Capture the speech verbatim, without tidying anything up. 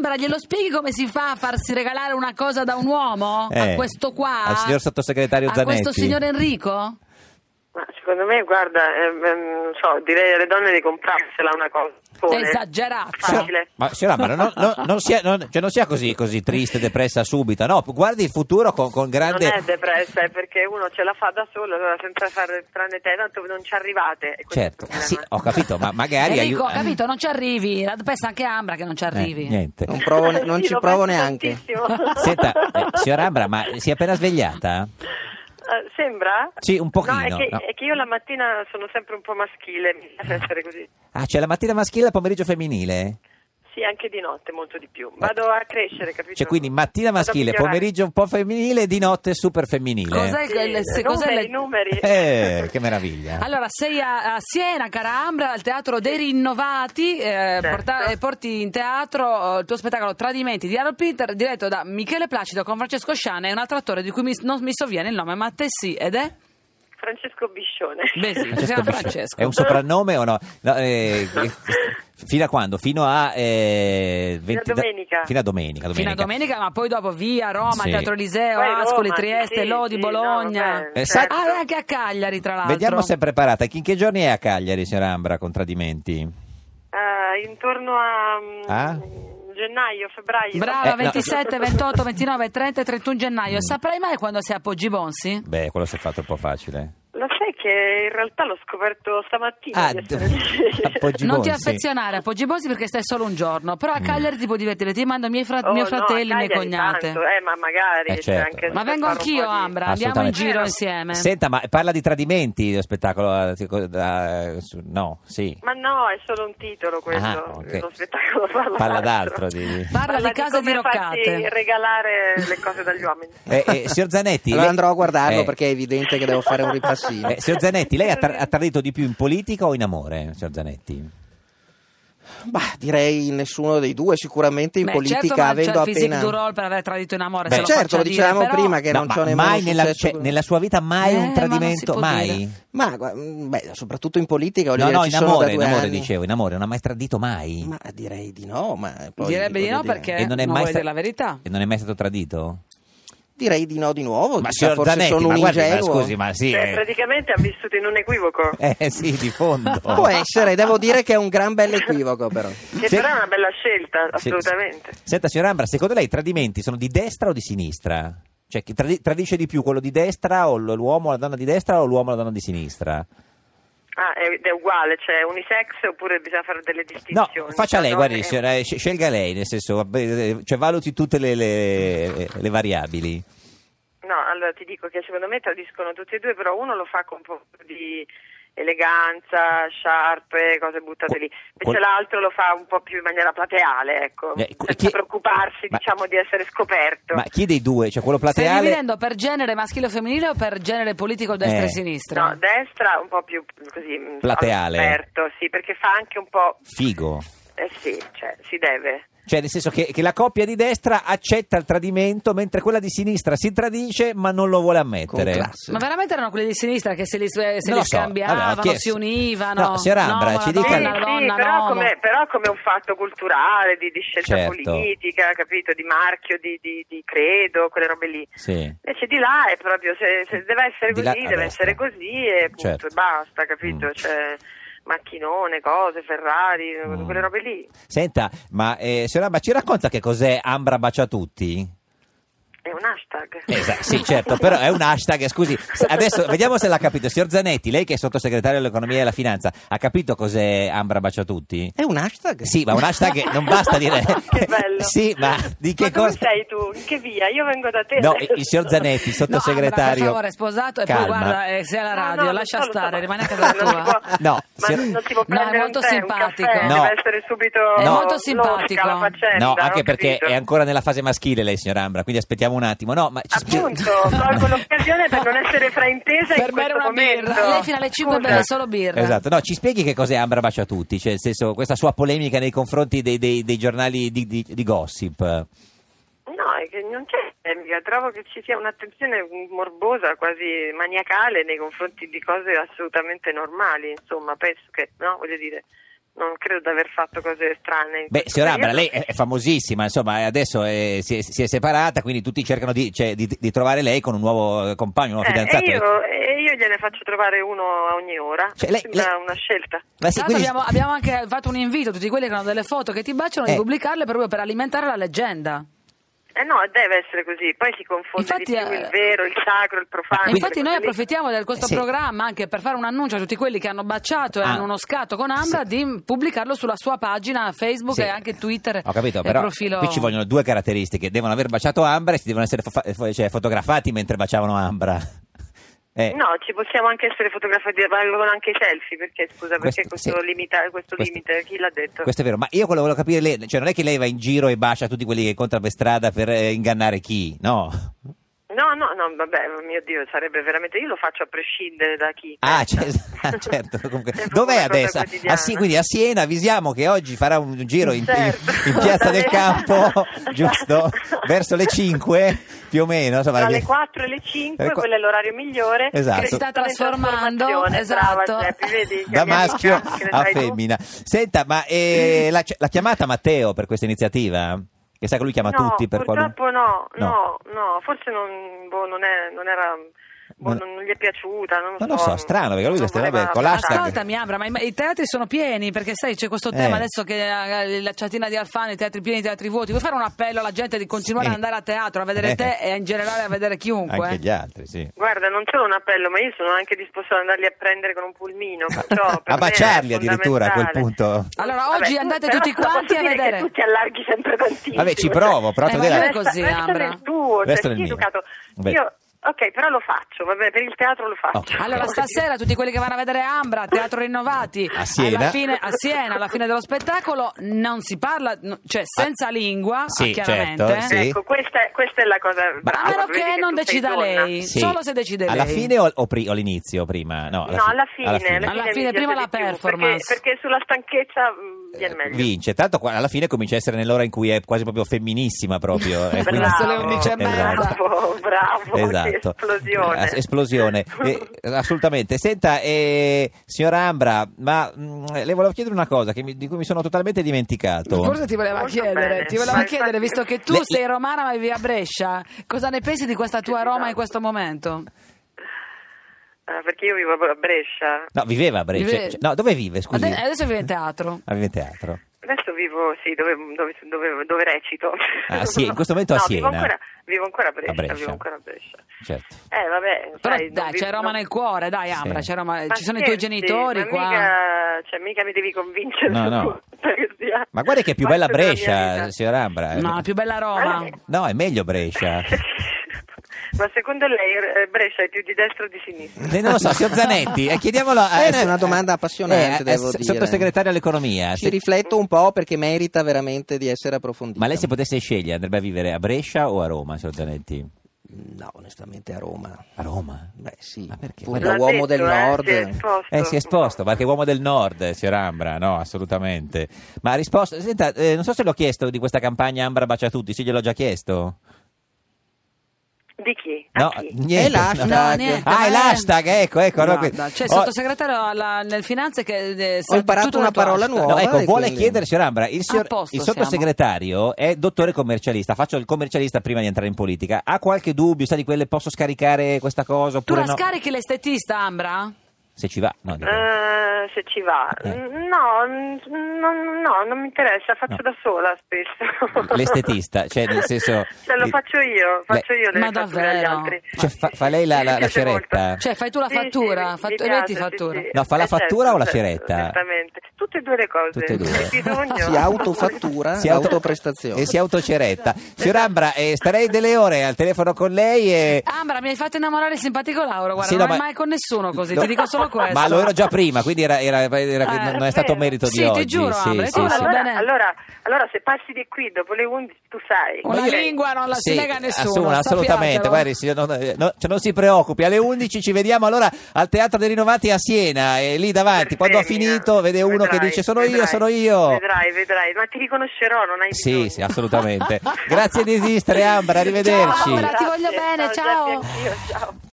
Ambra, glielo spieghi come si fa a farsi regalare una cosa da un uomo? Eh, a questo qua? Al signor sottosegretario a Zanetti. A questo signor Enrico? Ma secondo me, guarda, ehm, non so, direi alle donne di comprarsela una cosa. Esagerato. Facile. Ma signora Ambra, non, non, non sia, non, cioè non sia così, così triste, depressa subito, no, guardi il futuro con, con grande... Non è depressa, è perché uno ce la fa da solo, allora senza fare tranne te, tanto non ci arrivate. E Certo, sì, ho capito, ma magari... Enrico, ho aiuta- capito, non ci arrivi, la pensa anche Ambra che non ci arrivi. Eh, niente. Non, provo ne- non Sì, ci lo provo penso neanche. tantissimo. Senta, eh, signora Ambra, ma si è appena svegliata? Eh, sembra? Sì, un pochino. No, è che, no. è che io la mattina sono sempre un po' maschile, mi piace essere così. Ah, c'è la mattina maschile e il pomeriggio femminile? Sì, anche di notte molto di più. Vado a crescere, capito? Cioè, quindi mattina Vado a maschile, migliorare. pomeriggio un po' femminile e di notte super femminile. Cos'è Sì, quel- se- cos'è numeri, le- numeri. Eh, che meraviglia. Allora, sei a, a Siena, cara Ambra, al Teatro dei Rinnovati, eh, Certo. porta- eh, porti in teatro eh, il tuo spettacolo Tradimenti di Harold Pinter, diretto da Michele Placido con Francesco Sciana e un altro attore di cui mi- non mi sovviene il nome, ma te sì, ed è? Francesco Biscione. Beh sì, si Francesco chiama Biscione. Francesco. È un soprannome o no? No, eh, eh, fino a quando? Fino a eh, Fino a venti domenica. Fino a domenica. Fino a domenica, ma poi dopo via, Roma, Sì. Teatro Eliseo, Poi Ascoli, Roma, Trieste, sì, Lodi, sì, Bologna. no, vabbè, Eh, certo. Ah, anche a Cagliari, tra l'altro. Vediamo se è preparata. In che giorni è a Cagliari, signora Ambra, con Tradimenti? Eh, intorno a mm, Ah? gennaio, febbraio. Brava, Eh, no. ventisette, ventotto, ventinove, trenta e trentuno gennaio. Saprai mai quando sei a Poggi Bonsi? Beh, quello si è fatto troppo facile. Lo sai che in realtà l'ho scoperto stamattina. Ah, di essere- a Poggi Non ti Bonsi. affezionare a Poggi Bonsi perché stai solo un giorno. Però a Cagliari ti può divertire. Ti mando miei fra- Oh, mio no, fratelli, a mie Cagliari cognate. tanto, Eh, ma magari. Eh, c'è certo. anche Ma per vengo fare un anch'io, po' di- Ambra. Andiamo in Assolutamente. giro Eh, insieme. Senta, ma parla di tradimenti lo spettacolo? eh, eh, su- No, sì. Ma no, è solo un titolo questo. Ah, ok. Lo spettacolo parla, Parla d'altro. d'altro. Di... Parla di case come diroccate. farti regalare le cose dagli uomini. Eh, eh, signor Zanetti... Allora lei- andrò a guardarlo eh, perché è evidente che devo fare un ripassino. eh, signor Zanetti, lei ha, tra- ha tradito di più in politica o in amore, signor Zanetti? Bah, direi nessuno dei due, sicuramente in Beh, politica, certo, ma avendo c'è il physique appena... du role per aver tradito in amore. Beh, se lo certo, faccia lo dire, dicevamo però- prima che No, non ma c'ho nemmeno mai nella, successo. cioè, nella sua vita mai Eh, un ma non si tradimento? può Mai? dire. Ma gu- beh, soprattutto in politica, voglio No, dire, no, ci in sono amore, da in due amore anni. dicevo, in amore, non ha mai tradito mai? Ma direi di no, ma poi, Direbbe di voglio no dire- perché E non è non mai vuole sta- dire la verità. E non è mai stato tradito? Direi di no di nuovo, Ma chissà, signor forse Zanetti, sono ma un guardi, ma ingenuo. scusi, ma sì... Cioè, eh, praticamente ha vissuto in un equivoco. eh, sì, di fondo. Può essere, devo dire che è un gran bel equivoco però. Che Se- però è una bella scelta, Sì, assolutamente. sì. Senta, signora Ambra, secondo lei i tradimenti sono di destra o di sinistra? Cioè, chi tradi- tradisce di più quello di destra o l- l'uomo o la donna di destra o l'uomo o la donna di sinistra? Ah, è, è uguale, cioè unisex oppure bisogna fare delle No, distinzioni? faccia lei, No, guardi, è- signora, eh, sc- scelga lei, nel senso, eh, cioè valuti tutte le, le- le variabili. No, allora ti dico che secondo me tradiscono tutti e due, però uno lo fa con un po' di eleganza, sciarpe, cose buttate lì. Invece quel- l'altro lo fa un po' più in maniera plateale, ecco, Eh, qu- senza chi- preoccuparsi, ma- diciamo, di essere scoperto. Ma chi dei due? Cioè quello Stai plateale? dividendo per genere maschile o femminile o per genere politico destra Eh. e sinistra? No, destra un po' più così mh, Plateale. all'aperto, sì, perché fa anche un po'. Figo. Eh sì, cioè, si deve. Cioè, nel senso che, che la coppia di destra accetta il tradimento, mentre quella di sinistra si tradisce, ma non lo vuole Con ammettere. classe. Ma veramente erano quelli di sinistra che se li, se Non li lo so. scambiavano, Vabbè, ma chi è- si univano? No, signora Ambra, no, ci la dica- donna, Sì, la sì, donna, però, no, come, no. però come un fatto culturale, di, di scelta Certo. politica, capito? Di marchio, di, di, di credo, quelle robe lì. Sì. Invece di là è proprio, se, se deve essere Di così, là a deve destra. essere così e punto, Certo. e basta, capito? Mm. Cioè, macchinone, cose, Ferrari, Mm. quelle robe lì. Senta, ma eh, signora Ambra, ci racconta che cos'è Ambra bacia tutti? È un hashtag. Esatto, sì, certo, però è un hashtag, scusi. s- Adesso vediamo se l'ha capito. Signor Zanetti, lei che è sottosegretario dell'economia e della finanza, ha capito cos'è Ambra bacia tutti? È un hashtag? Sì, ma un hashtag non basta dire... Che bello. Sì, ma di che Ma dove cosa... sei tu? In che via? Io vengo da te. No, adesso. il signor Zanetti, il No, Ambra, sottosegretario... per favore, sposato e Calma. poi guarda, eh, sei alla No, radio, no, lo lascia so, lo so, stare, ma- rimani a casa non si tua. può- No, ma signor- non si può No, è prendere molto un tè, simpatico. un caffè, No. deve essere subito È molto logica simpatico. la faccenda, No, ho anche perché capito. è ancora nella fase maschile lei, signora Ambra, quindi aspettiamo un attimo. No, ma ci spie- Appunto, colgo l'occasione per non essere fraintesa Per in bere questo una birra. momento. Lei fino alle cinque Scusa. beve solo birra. Esatto, no, ci spieghi che cos'è Ambra bacia tutti, cioè nel senso questa sua polemica nei confronti dei, dei- dei giornali di, di- di gossip. No, è che non c'è polemica, trovo che ci sia un'attenzione morbosa, quasi maniacale nei confronti di cose assolutamente normali, insomma, penso che, no, voglio dire, non credo di aver fatto cose strane. In Beh, questo signora Ambra, periodo. lei è, è famosissima, insomma, adesso è- si, è, si è separata, quindi tutti cercano di, cioè, di, di trovare lei con un nuovo eh, compagno, un nuovo Eh, fidanzato. e, io, e io gliene faccio trovare uno a ogni ora. Cioè, lei- Sembra lei- una scelta. Ma sì, Tra l'altro quindi- abbiamo, abbiamo anche fatto un invito a tutti quelli che hanno delle foto che ti baciano Eh. di pubblicarle proprio per alimentare la leggenda. Eh no, deve essere così, poi si confonde Infatti, di più eh, il vero, il sacro, il profano. quindi- Infatti noi quelle cose lì. approfittiamo di questo Sì. programma anche per fare un annuncio a tutti quelli che hanno baciato e Ah. hanno uno scatto con Ambra Sì. di pubblicarlo sulla sua pagina Facebook Sì. e anche Twitter. Ho capito, e però profilo... qui ci vogliono due caratteristiche: devono aver baciato Ambra e si devono essere fo- fo- cioè, fotografati mentre baciavano Ambra. Eh, No, ci possiamo anche essere fotografati, valgono anche i selfie, perché scusa, perché Questo- questo, sì. limita- questo Questo- limite, chi l'ha detto? Questo è vero, ma io quello volevo capire lei, cioè non è che lei va in giro e bacia tutti quelli che incontra per strada per eh, ingannare chi, no? No, no, no, vabbè, mio Dio, sarebbe veramente, io lo faccio a prescindere da chi. Ah, pensa. cioè- ah, certo, comunque. È proprio Dov'è una cosa adesso? quotidiana. Ah, sì, quindi a Siena avvisiamo che oggi farà un giro in, Certo. in- in piazza del campo, giusto? Verso le cinque, più o meno. Insomma, Tra che- le quattro e le cinque, Eh, qua- quello è l'orario migliore. Esatto. Che Si sta sta in trasformando, trasformazione, esatto. brava, Geppi, vedi? Che Da mia amica, maschio che ne a sai tu? femmina. Senta, ma eh, l'ha, l'ha chiamata Matteo per questa iniziativa? Che sa che lui chiama No, tutti per qualunque... purtroppo no, No. no, no, forse non, boh, non, è, non era... Boh, Non- non, non gli è piaciuta, non, Non lo so, strano, perché lui non queste voleva robe con l'hashtag- Ascoltami Ambra, ma i, i teatri sono pieni perché sai c'è questo tema Eh. adesso che eh, la ciatina di Alfano, i teatri pieni, i teatri vuoti. Vuoi fare un appello alla gente di continuare Sì. ad andare a teatro, a vedere Eh. te e in generale a vedere chiunque? Anche gli altri, sì. Guarda, non solo un appello, ma io sono anche disposto ad andarli a prendere con un pulmino, perciò per A me baciarli è addirittura a quel fondamentale. punto. Allora Vabbè, oggi tu- andate però tutti non quanti posso a dire vedere. che tu ti allarghi sempre tantissimo. Vabbè, ci provo, però Eh, tu ma deve- non è così, Resta Ambra. nel tuo, Resto cioè, nel sii mio. educato. Beh. Io, ok, però lo faccio, vabbè, per il teatro lo faccio. Ok. Allora stasera tutti quelli che vanno a vedere Ambra, Teatro Rinnovati, A Siena. alla fine, a Siena, alla fine dello spettacolo non si parla, no, cioè senza lingua, Sì, chiaramente. certo, sì. Ecco, questa è, questa è la cosa brava. A meno vedi che non tu sei decida donna. lei, Sì. solo se decide Alla lei. fine o, o pri- o all'inizio, prima? No, No, alla fine, alla fine, Alla mi fine, piace prima di la più, performance. Perché, perché sulla stanchezza mh, viene meglio. Vince, tanto qua- alla fine comincia a essere nell'ora in cui è quasi proprio femminissima proprio. e quindi- Verso le undici e mezza. Bravo, bravo, che Esatto. esplosione. Eh, esplosione. Eh, assolutamente. Senta, eh, signora Ambra, ma mh, le volevo chiedere una cosa che mi- di cui mi sono totalmente dimenticato. Forse ti voleva Molto chiedere, bene. ti voleva Ma chiedere, infatti- visto che tu Le- sei romana ma vivi a Brescia, cosa ne pensi di questa tua Sì, Roma no. in questo momento? Ah, perché io vivo a Brescia. No, viveva a Brescia. Vive- Cioè, no, dove vive, scusi? Ade- Adesso vive in teatro. Ah, vive in teatro. Adesso vivo, sì, dove, dove, dove, dove recito. Ah, sì, in questo momento a no, Siena. Vivo ancora, vivo ancora a Brescia, A Brescia. vivo ancora a Brescia. Certo. Eh, vabbè, Però sai, dai, non c'è vivo- Roma non- nel cuore, dai Ambra, Sì. c'è Roma- Ma ci sono i tuoi scherzi, genitori ma qua. Mica, cioè, mica mi devi convincere. No, no. su- perché sia Ma guarda che è più bella parte della mia Brescia, vita. signora Ambra. No, la più bella Roma. Allora- No, è meglio Brescia. Ma secondo lei eh, Brescia è più di destra o di sinistra? Eh, non lo so, signor Zanetti, eh, chiediamolo a... Eh, è una domanda appassionante, eh, devo s- dire. Sottosegretario all'economia. Ci se- rifletto un po' perché merita veramente di essere approfondita. Ma lei se potesse scegliere andrebbe a vivere a Brescia o a Roma, signor Zanetti? No, onestamente a Roma. A Roma? Beh sì, Ma perché? pur L'ha da uomo detto, del eh, nord. si è esposto. Eh, si è esposto, perché uomo del nord, signor Ambra, no, assolutamente. Ma ha risposto, senta, eh, non so se l'ho chiesto di questa campagna Ambra bacia tutti, se gliel'ho già chiesto. Di chi? A No, chi? niente. È l'hashtag. No, niente. Ah, è Eh. l'hashtag, ecco, ecco. allora que- Guarda, c'è il Oh, sottosegretario alla, nel finanze che eh, sa Ho imparato tutto una del tuo parola hashtag. nuova. No, ecco, e vuole quindi- chiedere, signor Ambra, il, signor- A posto il siamo. sottosegretario è dottore commercialista, faccio il commercialista prima di entrare in politica, ha qualche dubbio, sa di quelle, posso scaricare questa cosa Tu oppure la no? scarichi l'estetista, Ambra? Se ci va, no, dico. Eh, se ci va. Eh. No, n- non, no, non mi interessa, faccio No. da sola spesso. L'estetista, cioè nel senso... Cioè, lo il- faccio io, faccio io le Ma fatture agli davvero? altri. Cioè, fa, fa lei la, la- Mi la piace ceretta? molto. Cioè, fai tu la Sì, fattura, sì, fattu- mi lei ti piace, fattura. sì, sì. No, fa la Eh, certo, fattura o la certo, ceretta? Esattamente. Tutte e due le cose. Tutte e due. Hai bisogno? Si autofattura, Si auto- autoprestazione. E si autoceretta. Signor Ambra, eh, starei delle ore al telefono con lei e... Ambra, mi hai fatto innamorare il simpatico Lauro, guarda, Sì, non no, è ma- mai con nessuno così, No. ti dico solo questo. Ma lo ero già prima, quindi era, era- era- Eh, non è stato un merito sì, di ti oggi. giuro, sì, Ambra, sì, tu Oh, sì. va allora, bene. allora, allora, se passi di qui dopo le undici, tu sai. Una Ok. lingua non la si Sì, nega a nessuno, assolut- assolutamente, sappiatelo. guardi, signor- non, eh, no, cioè, non si preoccupi, alle undici ci vediamo allora al Teatro dei Rinnovati a Siena e lì davanti, Per quando ha femmina. finito vede uno Vedrai, che dice sono io, vedrai, sono io. Vedrai, vedrai, ma ti riconoscerò, non hai bisogno. Sì, sì, assolutamente. Grazie di esistere Ambra, arrivederci. Ciao, Ambra, ti voglio Grazie, bene, ciao. ciao. Giuseppe, anch'io, ciao.